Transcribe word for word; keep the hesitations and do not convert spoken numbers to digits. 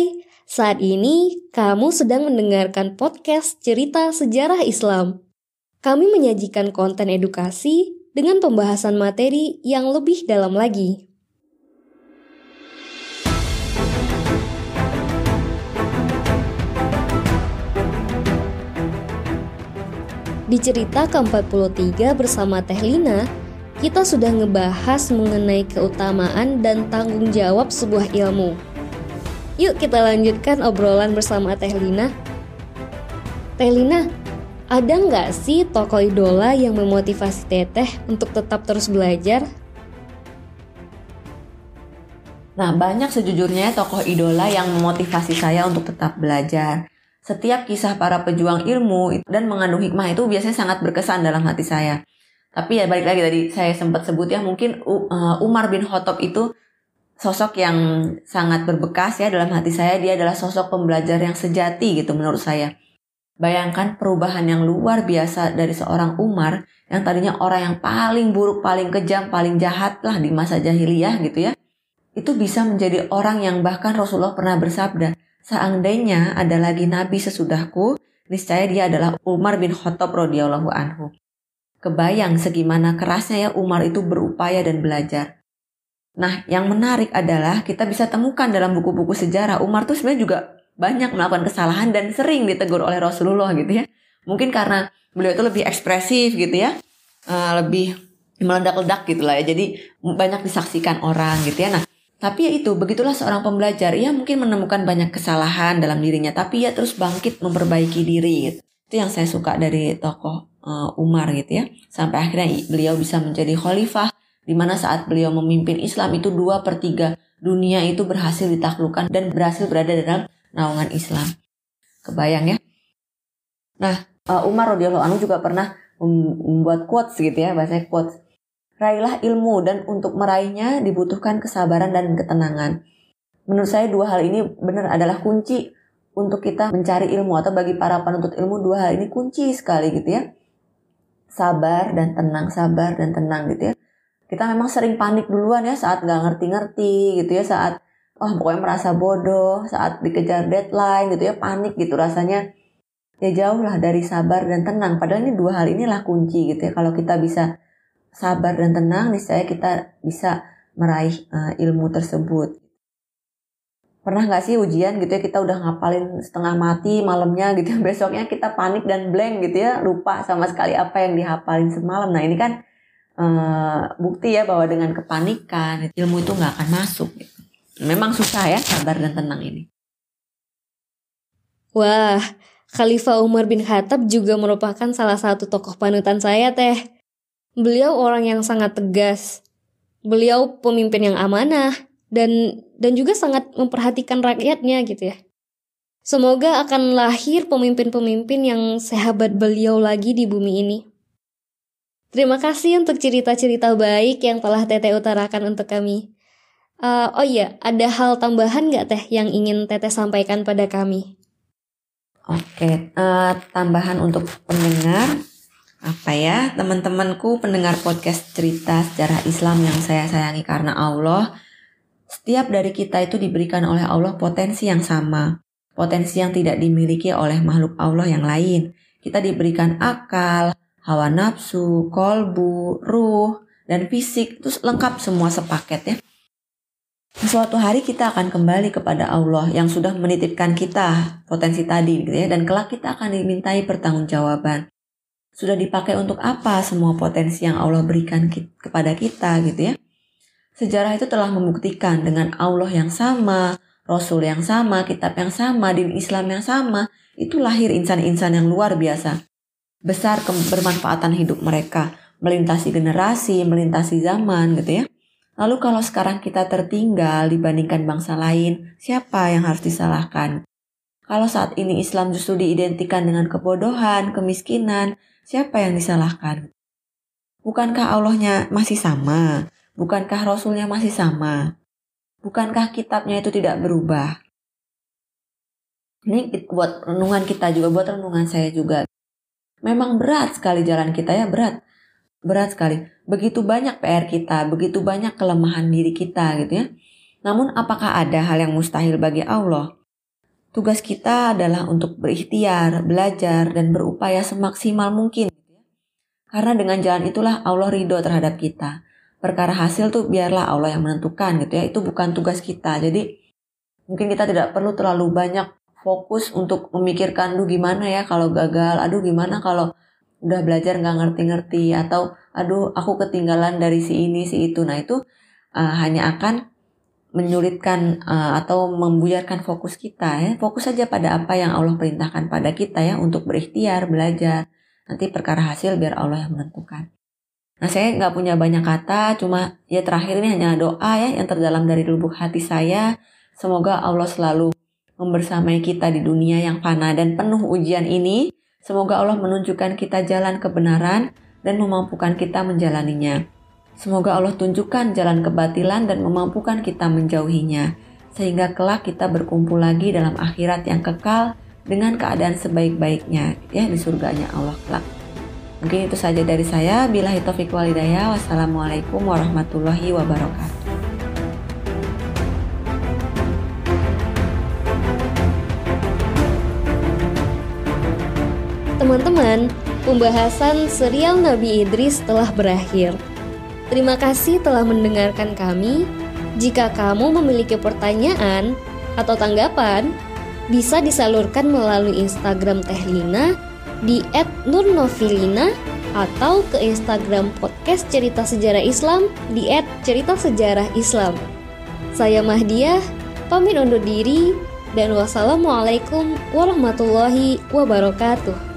Hai, saat ini kamu sedang mendengarkan podcast Cerita Sejarah Islam. Kami menyajikan konten edukasi dengan pembahasan materi yang lebih dalam lagi. Di cerita keempat puluh tiga bersama Teh Lina, kita sudah ngebahas mengenai keutamaan dan tanggung jawab sebuah ilmu. Yuk kita lanjutkan obrolan bersama Teh Lina. Teh Lina, ada nggak sih tokoh idola yang memotivasi Teteh untuk tetap terus belajar? Nah, banyak sejujurnya tokoh idola yang memotivasi saya untuk tetap belajar. Setiap kisah para pejuang ilmu dan mengandung hikmah itu biasanya sangat berkesan dalam hati saya. Tapi ya balik lagi tadi saya sempat sebut ya, mungkin Umar bin Khattab itu sosok yang sangat berbekas ya dalam hati saya. Dia adalah sosok pembelajar yang sejati gitu menurut saya. Bayangkan perubahan yang luar biasa dari seorang Umar yang tadinya orang yang paling buruk, paling kejam, paling jahat lah di masa jahiliyah gitu ya. Itu bisa menjadi orang yang bahkan Rasulullah pernah bersabda, seandainya ada lagi nabi sesudahku, niscaya dia adalah Umar bin Khattab radhiyallahu anhu. Kebayang segimana kerasnya ya Umar itu berupaya dan belajar. Nah, yang menarik adalah kita bisa temukan dalam buku-buku sejarah Umar tuh sebenarnya juga banyak melakukan kesalahan dan sering ditegur oleh Rasulullah gitu ya. Mungkin karena beliau itu lebih ekspresif gitu ya, uh, lebih meledak-ledak gitu lah ya. Jadi banyak disaksikan orang gitu ya. Nah, tapi ya itu, begitulah seorang pembelajar. Ia mungkin menemukan banyak kesalahan dalam dirinya, tapi ia terus bangkit memperbaiki diri gitu. Itu yang saya suka dari tokoh uh, Umar gitu ya. Sampai akhirnya beliau bisa menjadi khalifah, di mana saat beliau memimpin Islam itu dua per tiga dunia itu berhasil ditaklukkan dan berhasil berada dalam naungan Islam. Kebayang ya. Nah, uh, Umar radhiyallahu anhu juga pernah membuat quotes gitu ya, bahasanya quotes. Raihlah ilmu dan untuk meraihnya dibutuhkan kesabaran dan ketenangan. Menurut saya dua hal ini benar adalah kunci untuk kita mencari ilmu, atau bagi para penuntut ilmu dua hal ini kunci sekali gitu ya. Sabar dan tenang, sabar dan tenang gitu ya. Kita memang sering panik duluan ya saat gak ngerti-ngerti gitu ya, saat oh pokoknya merasa bodoh, saat dikejar deadline gitu ya, panik gitu rasanya. Ya jauhlah dari sabar dan tenang, padahal ini dua hal inilah kunci gitu ya. Kalau kita bisa sabar dan tenang, niscaya kita bisa meraih uh, ilmu tersebut. Pernah gak sih ujian gitu ya, kita udah ngapalin setengah mati malamnya gitu ya, besoknya kita panik dan blank gitu ya, lupa sama sekali apa yang dihafalin semalam. Nah ini kan uh, bukti ya bahwa dengan kepanikan ilmu itu gak akan masuk gitu. Memang susah ya sabar dan tenang ini. Wah, Khalifah Umar bin Khattab juga merupakan salah satu tokoh panutan saya Teh. Beliau orang yang sangat tegas. Beliau pemimpin yang amanah dan dan juga sangat memperhatikan rakyatnya gitu ya. Semoga akan lahir pemimpin-pemimpin yang sehebat beliau lagi di bumi ini. Terima kasih untuk cerita-cerita baik yang telah Teteh utarakan untuk kami. Uh, oh iya, ada hal tambahan nggak Teh yang ingin Teteh sampaikan pada kami? Oke, uh, tambahan untuk pendengar. Apa ya, teman-temanku pendengar podcast Cerita Sejarah Islam yang saya sayangi karena Allah. Setiap dari kita itu diberikan oleh Allah potensi yang sama, potensi yang tidak dimiliki oleh makhluk Allah yang lain. Kita diberikan akal, hawa nafsu, kolbu, ruh, dan fisik, itu lengkap semua sepaket ya. Suatu hari kita akan kembali kepada Allah yang sudah menitipkan kita potensi tadi gitu ya, dan kelak kita akan dimintai pertanggungjawaban. Sudah dipakai untuk apa semua potensi yang Allah berikan ki- kepada kita gitu ya. Sejarah itu telah membuktikan dengan Allah yang sama, Rasul yang sama, kitab yang sama, din Islam yang sama, itu lahir insan-insan yang luar biasa. Besar kebermanfaatan hidup mereka, melintasi generasi, melintasi zaman gitu ya. Lalu kalau sekarang kita tertinggal dibandingkan bangsa lain, siapa yang harus disalahkan? Kalau saat ini Islam justru diidentikan dengan kebodohan, kemiskinan, siapa yang disalahkan? Bukankah Allahnya masih sama? Bukankah Rasulnya masih sama? Bukankah kitabnya itu tidak berubah? Ini buat renungan kita juga, buat renungan saya juga. Memang berat sekali jalan kita ya, berat. Berat sekali. Begitu banyak P R kita, begitu banyak kelemahan diri kita gitu ya. Namun apakah ada hal yang mustahil bagi Allah? tugas kita adalah untuk berikhtiar, belajar, dan berupaya semaksimal mungkin. Karena dengan jalan itulah Allah ridho terhadap kita. Perkara hasil tuh biarlah Allah yang menentukan gitu ya. Itu bukan tugas kita. Jadi mungkin kita tidak perlu terlalu banyak fokus untuk memikirkan, aduh gimana ya kalau gagal, aduh gimana kalau udah belajar nggak ngerti-ngerti, atau aduh aku ketinggalan dari si ini, si itu. Nah itu uh, hanya akan menyulitkan uh, atau membuyarkan fokus kita ya. Fokus saja pada apa yang Allah perintahkan pada kita ya, untuk berikhtiar, belajar. Nanti perkara hasil biar Allah yang menentukan. Nah saya nggak punya banyak kata, cuma ya terakhir ini hanya doa ya yang terdalam dari lubuk hati saya. Semoga Allah selalu membersamai kita di dunia yang fana dan penuh ujian ini. Semoga Allah menunjukkan kita jalan kebenaran dan memampukan kita menjalaninya. Semoga Allah tunjukkan jalan kebatilan dan memampukan kita menjauhinya. Sehingga kelak kita berkumpul lagi dalam akhirat yang kekal dengan keadaan sebaik-baiknya ya di surganya Allah kelak. Mungkin itu saja dari saya. Billahi taufiq wal hidayah. Wassalamualaikum warahmatullahi wabarakatuh. Teman-teman, pembahasan serial Nabi Idris telah berakhir. Terima kasih telah mendengarkan kami. Jika kamu memiliki pertanyaan atau tanggapan, bisa disalurkan melalui Instagram Teh Lina di et nurnovilina atau ke Instagram podcast Cerita Sejarah Islam di et cerita sejarah islam. Saya Mahdiah, pamit undur diri dan wassalamualaikum warahmatullahi wabarakatuh.